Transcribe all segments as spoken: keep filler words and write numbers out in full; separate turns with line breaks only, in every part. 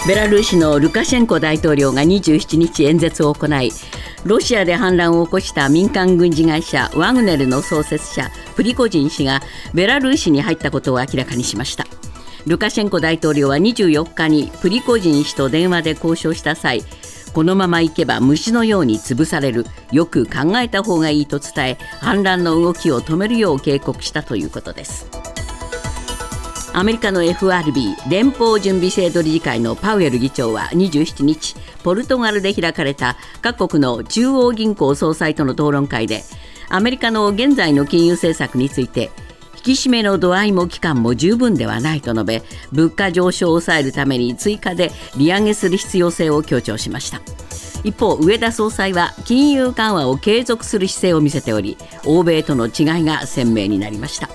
ベラルーシのルカシェンコ大統領がにじゅうしちにち演説を行い、ロシアで反乱を起こした民間軍事会社ワグネルの創設者プリゴジン氏がベラルーシに入ったことを明らかにしました。ルカシェンコ大統領はにじゅうよっかにプリゴジン氏と電話で交渉した際、このままいけば虫のように潰される、よく考えた方がいいと伝え、反乱の動きを止めるよう警告したということです。アメリカの エフアールビー 連邦準備制度理事会のパウエル議長はにじゅうしちにち、ポルトガルで開かれた各国の中央銀行総裁との討論会で、アメリカの現在の金融政策について、引き締めの度合いも期間も十分ではないと述べ、物価上昇を抑えるために追加で利上げする必要性を強調しました。一方、植田総裁は金融緩和を継続する姿勢を見せており、欧米との違いが鮮明になりました。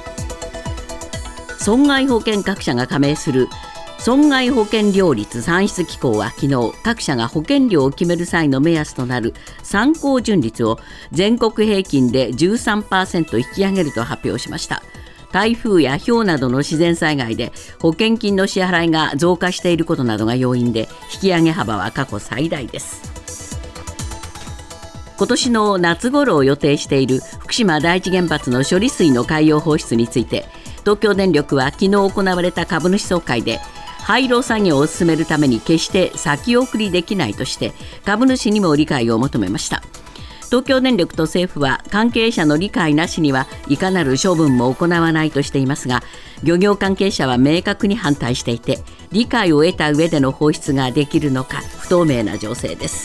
損害保険各社が加盟する損害保険料率算出機構は昨日、各社が保険料を決める際の目安となる参考純率を全国平均で じゅうさんパーセント 引き上げると発表しました。台風やひょうなどの自然災害で保険金の支払いが増加していることなどが要因で、引き上げ幅は過去最大です。今年の夏頃を予定している福島第一原発の処理水の海洋放出について、東京電力は昨日行われた株主総会で、廃炉作業を進めるために決して先送りできないとして株主にも理解を求めました。東京電力と政府は関係者の理解なしにはいかなる処分も行わないとしていますが、漁業関係者は明確に反対していて、理解を得た上での放出ができるのか不透明な情勢です。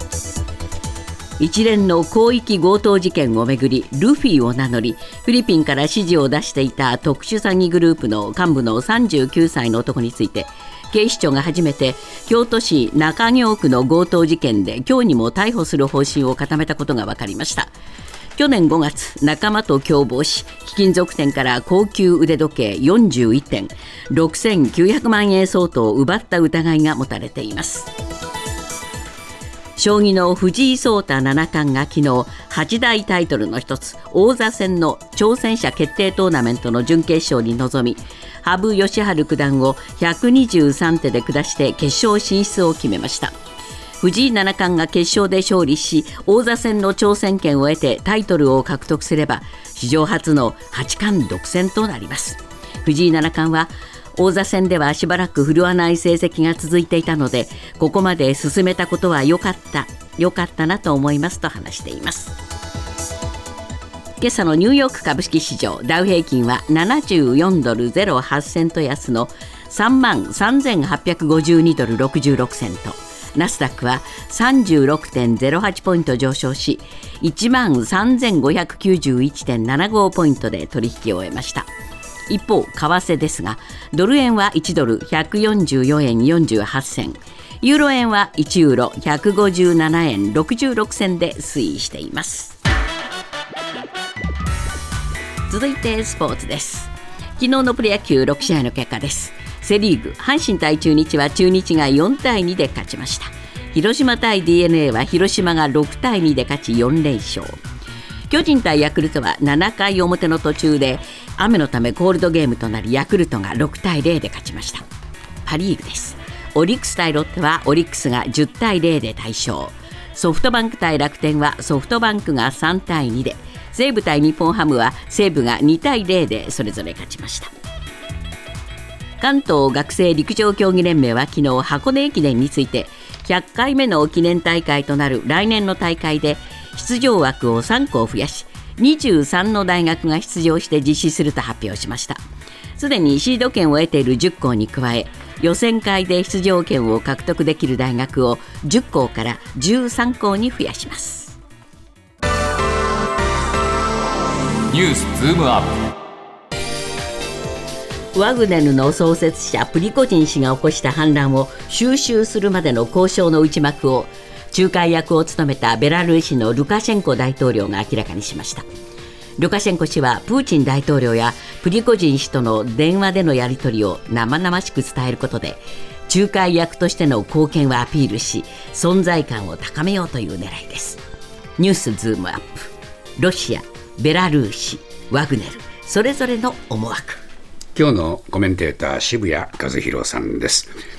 一連の広域強盗事件をめぐり、ルフィを名乗りフィリピンから指示を出していた特殊詐欺グループの幹部のさんじゅうきゅうさいの男について、警視庁が初めて京都市中京区の強盗事件で今日にも逮捕する方針を固めたことが分かりました。去年ごがつ、仲間と共謀し貴金属店から高級腕時計よんじゅういってん、ろくせんきゅうひゃくまんえん相当を奪った疑いが持たれています。将棋の藤井聡太七冠が昨日、八大タイトルの一つ王座戦の挑戦者決定トーナメントの準決勝に臨み、羽生善治九段をひゃくにじゅうさんてで下して決勝進出を決めました。藤井七冠が決勝で勝利し、王座戦の挑戦権を得てタイトルを獲得すれば史上初の八冠独占となります。藤井七冠は王座戦ではしばらく振るわない成績が続いていたので、ここまで進めたことは良かった良かったなと思いますと話しています。今朝のニューヨーク株式市場、ダウ平均はななじゅうよんドルゼロはちセント安の さんまんさんぜんはっぴゃくごじゅうにドルろくじゅうろくセント、ナスダックは さんじゅうろくてんゼロはち ポイント上昇し いちまんさんぜんごひゃくきゅうじゅういちてんななご ポイントで取引を終えました。一方、為替ですが、ドル円はいちドルひゃくよんじゅうよえんよんじゅうはちせん、ユーロ円はいちユーロひゃくごじゅうななえんろくじゅうろくせんで推移しています。続いてスポーツです。昨日のプロ野球ろくしあいの結果です。セリーグ、阪神対中日は中日がよんたいにで勝ちました。広島対 ディーエヌエー は広島がろくたいにで勝ちよんれんしょう。巨人対ヤクルトはななかい表の途中で雨のためコールドゲームとなり、ヤクルトがろくたいゼロで勝ちました。パリーグです。オリックス対ロッテはオリックスがじゅったいゼロで大勝。ソフトバンク対楽天はソフトバンクがさんたいにで、西武対日本ハムは西武がにたいゼロでそれぞれ勝ちました。関東学生陸上競技連盟は昨日、箱根駅伝についてひゃっかいめの記念大会となる来年の大会で出場枠をさんこ増やし、にじゅうさんの大学が出場して実施すると発表しました。すでにシード権を得ているじゅっこうに加え、予選会で出場権を獲得できる大学をじゅっこうからじゅうさんこうに増やします。
ニュースズームアッ
プ。ワグネルの創設者プリゴジン氏が起こした反乱を収拾するまでの交渉の内幕を仲介役を務めたベラルーシのルカシェンコ大統領が明らかにしました。ルカシェンコ氏はプーチン大統領やプリゴジン氏との電話でのやり取りを生々しく伝えることで、仲介役としての貢献をアピールし、存在感を高めようという狙いです。ニュースズームアップ。ロシア、ベラルーシ、ワグネル、それぞれの思惑。
今日のコメンテーター、渋谷和弘さんです。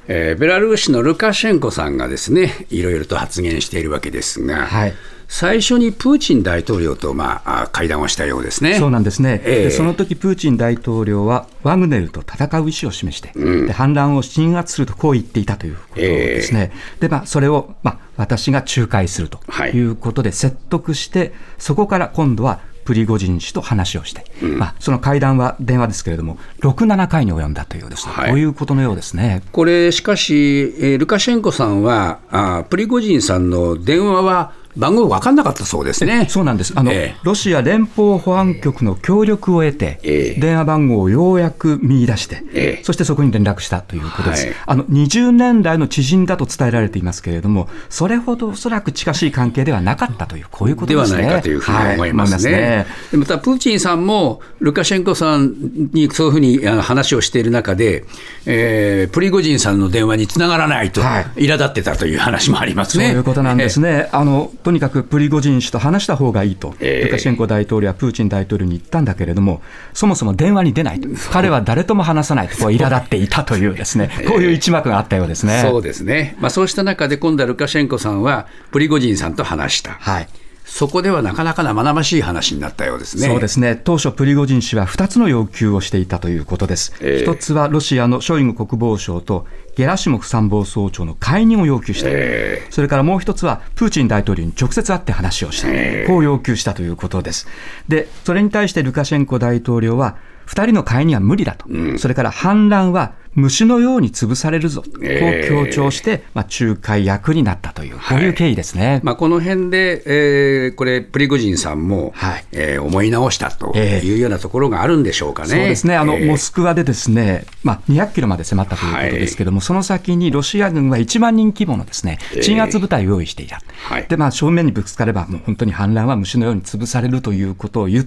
えー、ベラルーシのルカシェンコさんがですね、いろいろと発言しているわけですが、はい、最初にプーチン大統領と、まあ、会談をしたようですね。
そうなんですね、えー、でその時プーチン大統領はワグネルと戦う意思を示して、うん、で反乱を鎮圧するとこう言っていたということですね、えーでまあ、それを、まあ、私が仲介するということで説得して、はい、そこから今度はプリゴジン氏と話をして、うんまあ、その会談は電話ですけれどもろく、ななかいに及んだというですね、はい、こういうことのようですね。
これしかし、えー、ルカシェンコさんはあプリゴジンさんの電話は番号分かんなかったそうですね。
そうなんです。あの、えー、ロシア連邦保安局の協力を得て、えー、電話番号をようやく見出して、えー、そしてそこに連絡したということです、はい、あのにじゅうねんだいの知人だと伝えられていますけれども、それほどおそらく近しい関係ではなかったという、こういうことですね。
ではないかというふうに思いますね、はい、ね。でまたプーチンさんもルカシェンコさんにそういうふうに話をしている中で、えー、プリゴジンさんの電話につながらないと、はい、苛立ってたという話もありますね。
そういうことなんですね、えー、あのとにかくプリゴジン氏と話した方がいいと、えー、ルカシェンコ大統領はプーチン大統領に言ったんだけれども、そもそも電話に出ないと、彼は誰とも話さないとこう苛立っていたというですね、こういう一幕があったようですね。
そうですね、まあ、そうした中で今度はルカシェンコさんはプリゴジンさんと話した、はい、そこではなかなか生々しい話になったようですね。
そうですね、当初プリゴジン氏はふたつの要求をしていたということです、えー、ひとつはロシアのショイグ国防相とゲラシモフ参謀総長の解任を要求した、えー、それからもう一つはプーチン大統領に直接会って話をした、えー、こう要求したということです。でそれに対してルカシェンコ大統領はふたりの解任は無理だと、うん、それから反乱は虫のように潰されるぞ、こう強調して、まあ、仲介役になったという、こういう経緯ですね、はい。
まあ、この辺で、えー、これプリゴジンさんも、はいえー、思い直したというようなところがあるんでしょうかね。
そうですね、あの、えー、モスクワでですね、まあ、にひゃくキロまで迫ったということですけれども、はい、その先にロシア軍はいちまんにん規模のですね、鎮圧部隊を用意していた、えーでまあ、正面にぶつかればもう本当に反乱は虫のように潰されるということを言って、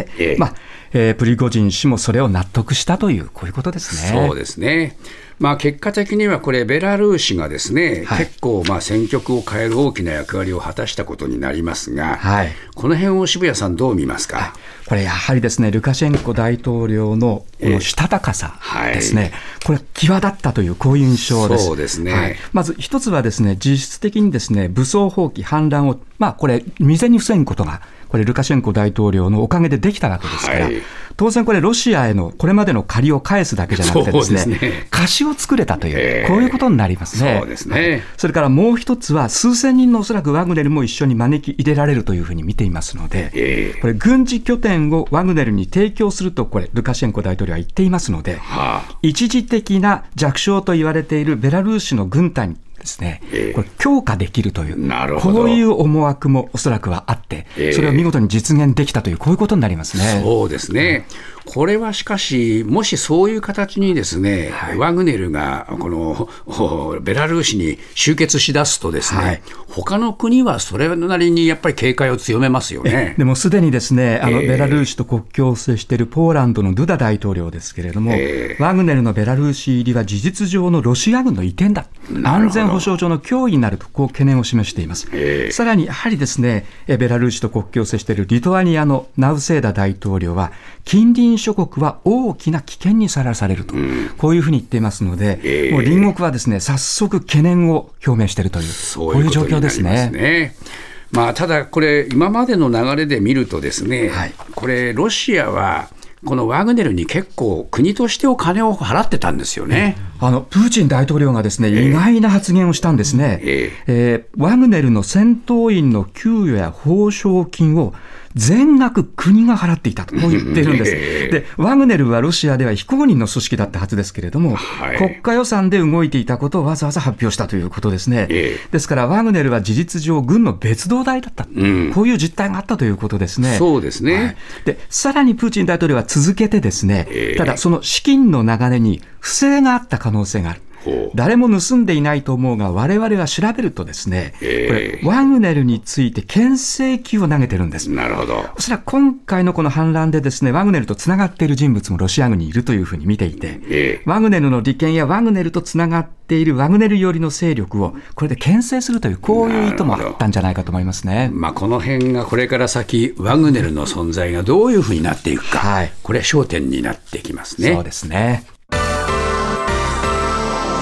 えーまあえー、プリゴジン氏もそれを納得したという、こういうことですね。
そうですね、まあ、結果的にはこれベラルーシがですね、はい、結構まあ戦局を変える大きな役割を果たしたことになりますが、はい、この辺を渋谷さんどう見ますか。
これやはりですね、ルカシェンコ大統領のこのしたたかさですね、えーはい、これ際立ったという、こういう印象です。
そうですね、
はい、まず一つはですね、実質的にですね、武装蜂起反乱を、まあ、これ未然に防ぐことがこれルカシェンコ大統領のおかげでできたわけですから、はい、当然これロシアへのこれまでの借りを返すだけじゃなくてですね、そうですね、貸しを作れたという、えー、こういうことになりますね。
そうですね、はい、
それからもう一つは数千人のおそらくワグネルも一緒に招き入れられるというふうに見ていますので、えー、これ軍事拠点をワグネルに提供するとこれルカシェンコ大統領は言っていますので、はあ、一時的な弱小と言われているベラルーシの軍隊にですね、えー、これ強化できるという、こういう思惑もおそらくはあって、えー、それを見事に実現できたという、こういうことになりますね。
そうですね、うん、これはしかしもしそういう形にですね、はい、ワグネルがこのベラルーシに集結しだすとですね、はい、他の国はそれなりにやっぱり警戒を強めますよね。
でもすでにですね、あのベラルーシと国境を接しているポーランドのドゥダ大統領ですけれども、えー、ワグネルのベラルーシ入りは事実上のロシア軍の移転だ、安全保障上の脅威になると、こう懸念を示しています、えー、さらにやはりですね、ベラルーシと国境を接しているリトアニアのナウセーダ大統領は近隣諸国は大きな危険にさらされると、うん、こういうふうに言っていますので、えー、もう隣国はですね、早速懸念を表明しているという、こういう状況ですね。
まあ、ただこれ今までの流れで見るとですね、はい、これロシアはこのワグネルに結構国としてお金を払ってたんですよね。
あのプーチン大統領がですね、意外な発言をしたんですね、えーえー、ワグネルの戦闘員の給与や報奨金を全額国が払っていたとこう言っているんです、えー、でワグネルはロシアでは非公認の組織だったはずですけれども、はい、国家予算で動いていたことをわざわざ発表したということですね、えー、ですからワグネルは事実上軍の別動隊だった、うん、こういう実態があったということですね。
そうですね、はい、
でさらにプーチン大統領は続けてですね、えー、ただその資金の流れに不正があった可能性がある、誰も盗んでいないと思うが我々は調べるとですね、えー、これワグネルについて牽制球を投げてるんです。
なるほど。
おそらく今回のこの反乱でですね、ワグネルとつながっている人物もロシア軍にいるというふうに見ていて、えー、ワグネルの利権やワグネルとつながっているワグネル寄りの勢力をこれで牽制するという、こういう意図もあったんじゃないかと思いますね。
まあ、この辺がこれから先ワグネルの存在がどういうふうになっていくか、はい、これは焦点になってきますね。
そうですね。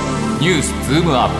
ニュースズームアッ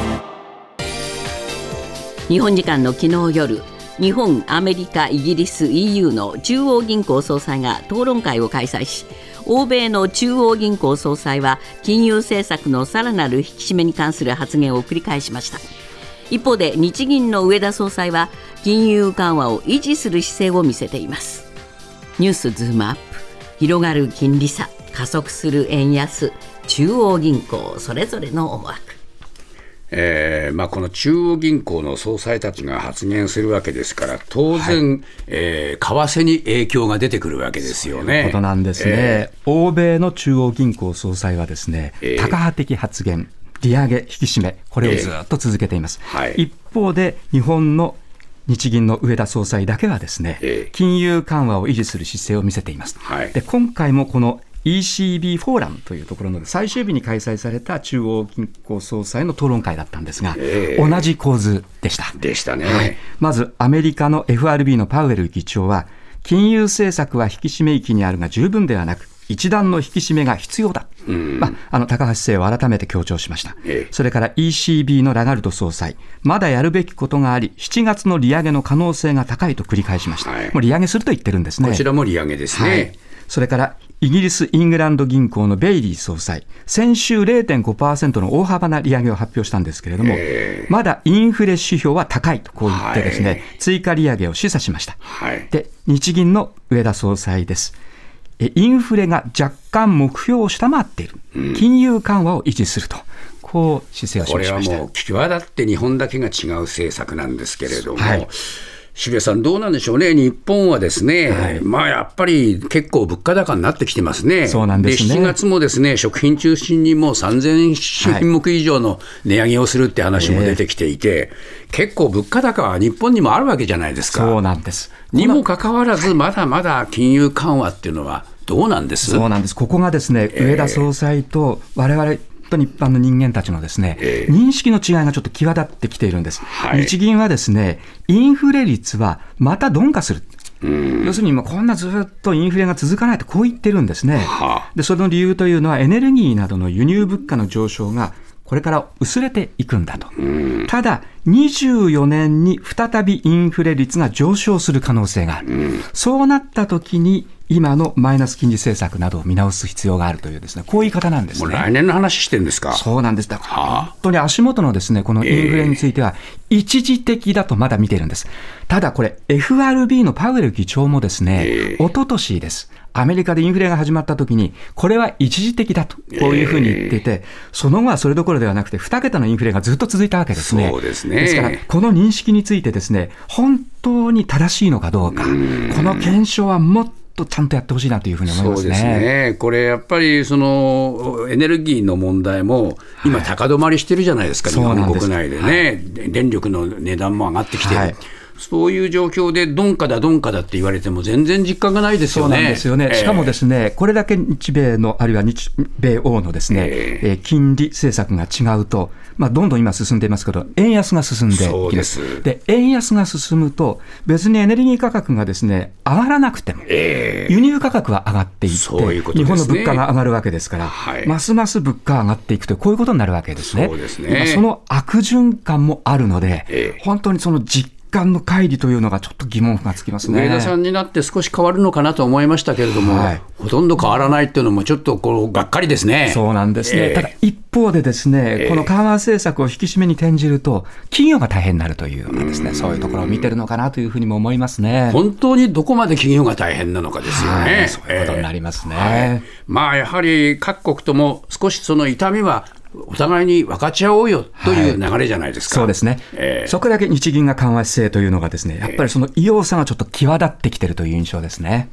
プ。日本時間の昨日夜、日本、アメリカ、イギリス、イーユー の中央銀行総裁が討論会を開催し、欧米の中央銀行総裁は金融政策のさらなる引き締めに関する発言を繰り返しました。一方で日銀の植田総裁は金融緩和を維持する姿勢を見せています。ニュースズームアップ。広がる金利差、加速する円安、中央銀行それぞれの思惑。
えーまあ、この中央銀行の総裁たちが発言するわけですから、当然、はいえー、為替に影響が出てくるわけですよね。
そういうことなんですね、えー、欧米の中央銀行総裁はですね、えー、タカ派的発言、利上げ引き締め、これをずっと続けています、えーはい、一方で日本の日銀の植田総裁だけはですね、えー、金融緩和を維持する姿勢を見せています、はい、で今回もこのイーシービー フォーラムというところの最終日に開催された中央銀行総裁の討論会だったんですが、えー、同じ構図でした
でしたね、
はい、まずアメリカの エフアールビー のパウエル議長は、金融政策は引き締め域にあるが十分ではなく、一段の引き締めが必要だ、うんまあ、あの高橋姿勢を改めて強調しました、えー、それから イーシービー のラガルド総裁、まだやるべきことがあり、しちがつの利上げの可能性が高いと繰り返しました、はい、もう利上げすると言ってるんですね。
こちらも利上げですね、はい、
それからイギリス・イングランド銀行のベイリー総裁、先週 れいてんごパーセント の大幅な利上げを発表したんですけれども、えー、まだインフレ指標は高いとこう言ってですね、はい、追加利上げを示唆しました、はい、で日銀の植田総裁です。インフレが若干目標を下回っている、うん、金融緩和を維持すると、こう姿勢を示しました。
これはもう際立って日本だけが違う政策なんですけれども、はい、渋谷さんどうなんでしょうね。日本はですね、はい、まあやっぱり結構物価高になってきてますね。
そうなんですね。
でしちがつもですね、食品中心にもうさんぜんひんもく以上の値上げをするって話も出てきていて、はいえー、結構物価高は日本にもあるわけじゃないですか。
そうなんです。
にもかかわらずまだまだ金融緩和っていうのはどうなんです？
そうなんです。ここがですね、えー、植田総裁と我々と一般の人間たちのですね、えー、認識の違いがちょっと際立ってきているんです、はい、日銀はですね、インフレ率はまた鈍化する、要するにもうこんなずっとインフレが続かないとこう言ってるんですね。はあ、でその理由というのはエネルギーなどの輸入物価の上昇がこれから薄れていくんだと。ただにじゅうよねんに再びインフレ率が上昇する可能性がある。そうなった時に今のマイナス金利政策などを見直す必要があるというですね、こういう言い方なんですね。
もう来年の話してるんですか？
そうなんです。だから本当に足元のですね、このインフレについては一時的だとまだ見てるんです。ただこれ エフアールビー のパウエル議長もですね、一昨年です。アメリカでインフレが始まった時にこれは一時的だとこういうふうに言っていて、その後はそれどころではなくてに桁のインフレがずっと続いたわけですね。
そうですね。
ですからこの認識についてですね、本当に正しいのかどうか、この検証はもっとちゃんとやってほしいなというふうに思いますね。
そうですね。これやっぱりそのエネルギーの問題も今高止まりしてるじゃないですか、はい、日本国内でね、はい、電力の値段も上がってきてる、はい、そういう状況で鈍化だ鈍化だって言われても全然実感がないですよね。
そうなんですよね、えー、しかもですね、これだけ日米のあるいは日米欧のですね、えー、金利政策が違うと、まあ、どんどん今進んでいますけど、円安が進んできます。そうです。で、円安が進むと別にエネルギー価格がですね上がらなくても、えー、輸入価格は上がっていって、そういうことですね、日本の物価が上がるわけですから、はい、ますます物価が上がっていくというこういうことになるわけですね。
そうですね。
その悪循環もあるので、えー、本当にその実間の乖離というのがちょっと疑問がつきますね。
上田さんになって少し変わるのかなと思いましたけれども、はい、ほとんど変わらないっていうのもちょっとこうがっかりですね。
そうなんですね、えー、ただ一方でですね、えー、この緩和政策を引き締めに転じると企業が大変になるというようなですね、そういうところを見てるのかなというふうにも思いますね。
本当にどこまで企業が大変なのかですよね、
はい、そういうことになりますね、
えーはい、まあやはり各国とも少しその痛みはお互いに分かち合おうよという流れじゃないですか、
はい、そうですね、えー、そこだけ日銀が緩和姿勢というのがですね、やっぱりその異様さがちょっと際立ってきているという印象ですね。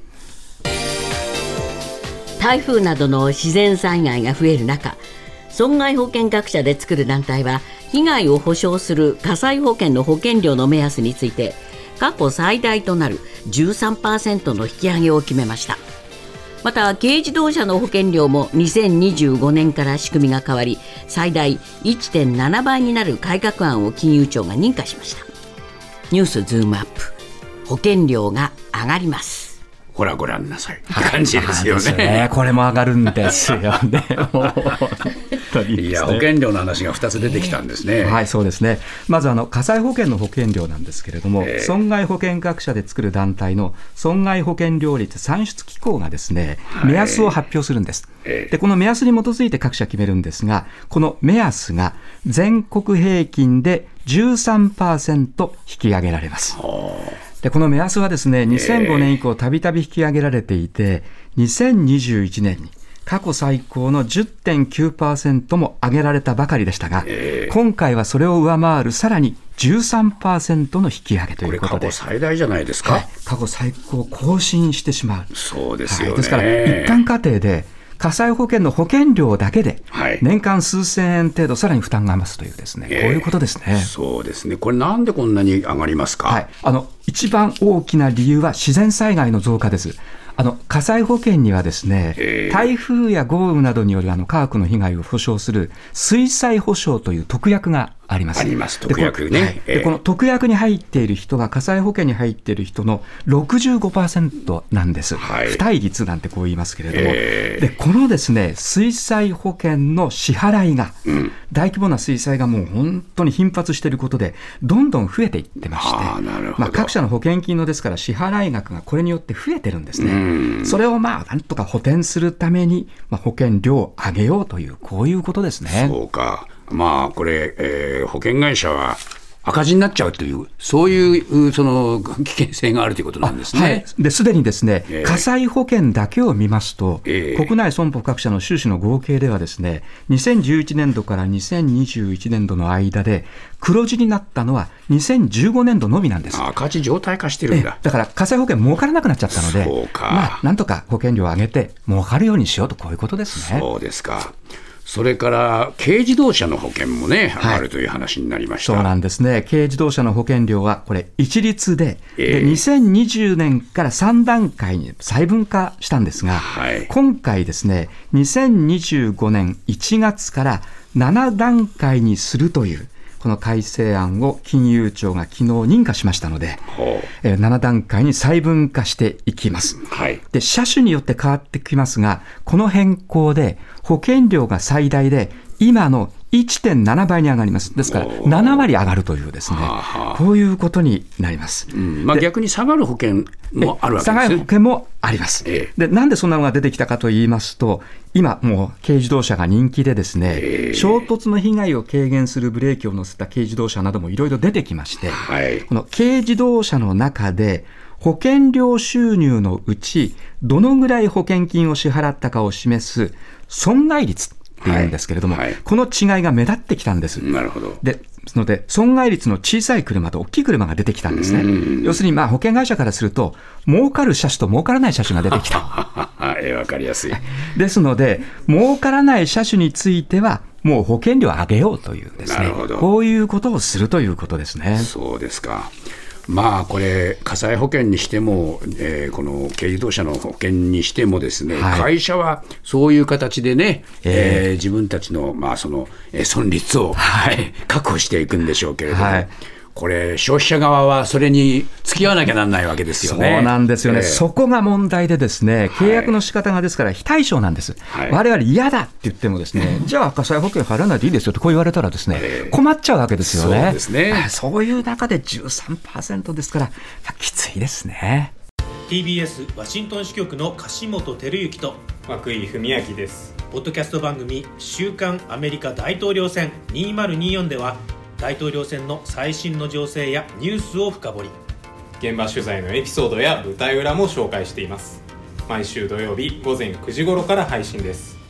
台風などの自然災害が増える中、損害保険各社で作る団体は被害を補償する火災保険の保険料の目安について過去最大となる じゅうさんパーセント の引き上げを決めました。また軽自動車の保険料もにせんにじゅうごねんから仕組みが変わり、最大 いってんななばいになる改革案を金融庁が認可しました。ニュースズームアップ、保険料が上がります。
保ほらご覧なさいって感じですよ ね,、はい、
ねこれも上がるんですよねもう
いや保険料の話がふたつ出てきたんですね、
えー、はいそうですね。まずあの火災保険の保険料なんですけれども、えー、損害保険各社で作る団体の損害保険料率算出機構がですね、はい、目安を発表するんです、えー、でこの目安に基づいて各社決めるんですが、この目安が全国平均で じゅうさんパーセント 引き上げられます。でこの目安はですねにせんごねん以降たびたび引き上げられていて、にせんにじゅういちねんに過去最高の じゅってんきゅうパーセント も上げられたばかりでしたが、えー、今回はそれを上回るさらに じゅうさんパーセント の引き上げということで、
これ過去最大じゃないですか、
はい、過去最高を更新してしまう。
そうですよね、
はい、ですから一般家庭で火災保険の保険料だけで年間数千円程度さらに負担が増すというですね、はい、こういうことですね、
えー、そうですね。これなんでこんなに上がりますか。
はい、あの一番大きな理由は自然災害の増加です。あの火災保険にはですね、えー、台風や豪雨などによるあの家屋の被害を保障する水災保障という特約があります。
あります特約ね。
でこの、はいえー、でこの特約に入っている人が火災保険に入っている人の ろくじゅうごパーセント なんです、はい、付帯率なんてこう言いますけれども、えー、でこのですね水災保険の支払いが、うん、大規模な水災がもう本当に頻発していることでどんどん増えていってまして、あなるほど、まあ、各社の保険金のですから支払い額がこれによって増えてるんですね。うんそれをまあなんとか補填するために、まあ、保険料を上げようというこういうことですね。
そうか、まあこれ、えー、保険会社は赤字になっちゃうというそういうその危険性があるということなんですね。はい、
ですでにですね、えー、火災保険だけを見ますと、えー、国内損保各社の収支の合計ではですねにせんじゅういちねんどからにせんにじゅういちねんどの間で黒字になったのはにせんじゅうごねんどのみなんです。
赤字状態化してるんだ。
だから火災保険儲からなくなっちゃったので、
そうか、
まあ、なんとか保険料を上げて儲かるようにしようとこういうことですね。
そうですか。それから軽自動車の保険もね上がるという話になりました、
はい、そうなんですね。軽自動車の保険料はこれ一律 で,、えー、でにせんにじゅうねんからさんだんかいに細分化したんですが、はい、今回ですねにせんにじゅうごねんいちがつからななだんかいにするというこの改正案を金融庁が昨日認可しましたので、えー、ななだんかいに細分化していきます、はい、で車種によって変わってきますがこの変更で保険料が最大で今の いってんななばいに上がります。ですからななわり上がるというですねこういうことになります、
うんまあ、逆に下がる保険もあるわけですね。
下がる保険もあります、ええ、でなんでそんなのが出てきたかと言いますと今もう軽自動車が人気でですね、ええ、衝突の被害を軽減するブレーキを乗せた軽自動車などもいろいろ出てきまして、はい、この軽自動車の中で保険料収入のうちどのぐらい保険金を支払ったかを示す損害率っていうんですけれども、はいはい、この違いが目立ってきたんです。
なるほど。
ですので損害率の小さい車と大きい車が出てきたんですね。要するにまあ保険会社からすると儲かる車種と儲からない車種が出てきた
え分かりやすい
ですので儲からない車種についてはもう保険料を上げようというですねこういうことをするということですね。
そうですか。まあこれ火災保険にしても、えー、この軽自動車の保険にしてもですね、はい、会社はそういう形でね、えーえー、自分たちの、まあ、その損率を、はい、確保していくんでしょうけれども、はい、これ消費者側はそれに付き合わなきゃなんないわけですよね。
そうなんですよね、えー、そこが問題でですね契約の仕方がですから非対称なんです、はい、我々嫌だって言ってもですね、じゃあ火災保険払わないでいいですよってこう言われたらですね、えー、困っちゃうわけですよね。
そうですね。
そういう中で じゅうさんパーセント ですからきついですね。
ティービーエス ワシントン支局の樫本照之と
涌井文明です。
ポッドキャスト番組週刊アメリカ大統領選にせんにじゅうよんでは大統領選の最新の情勢やニュースを深掘り、
現場取材のエピソードや舞台裏も紹介しています。毎週土曜日午前くじ頃から配信です。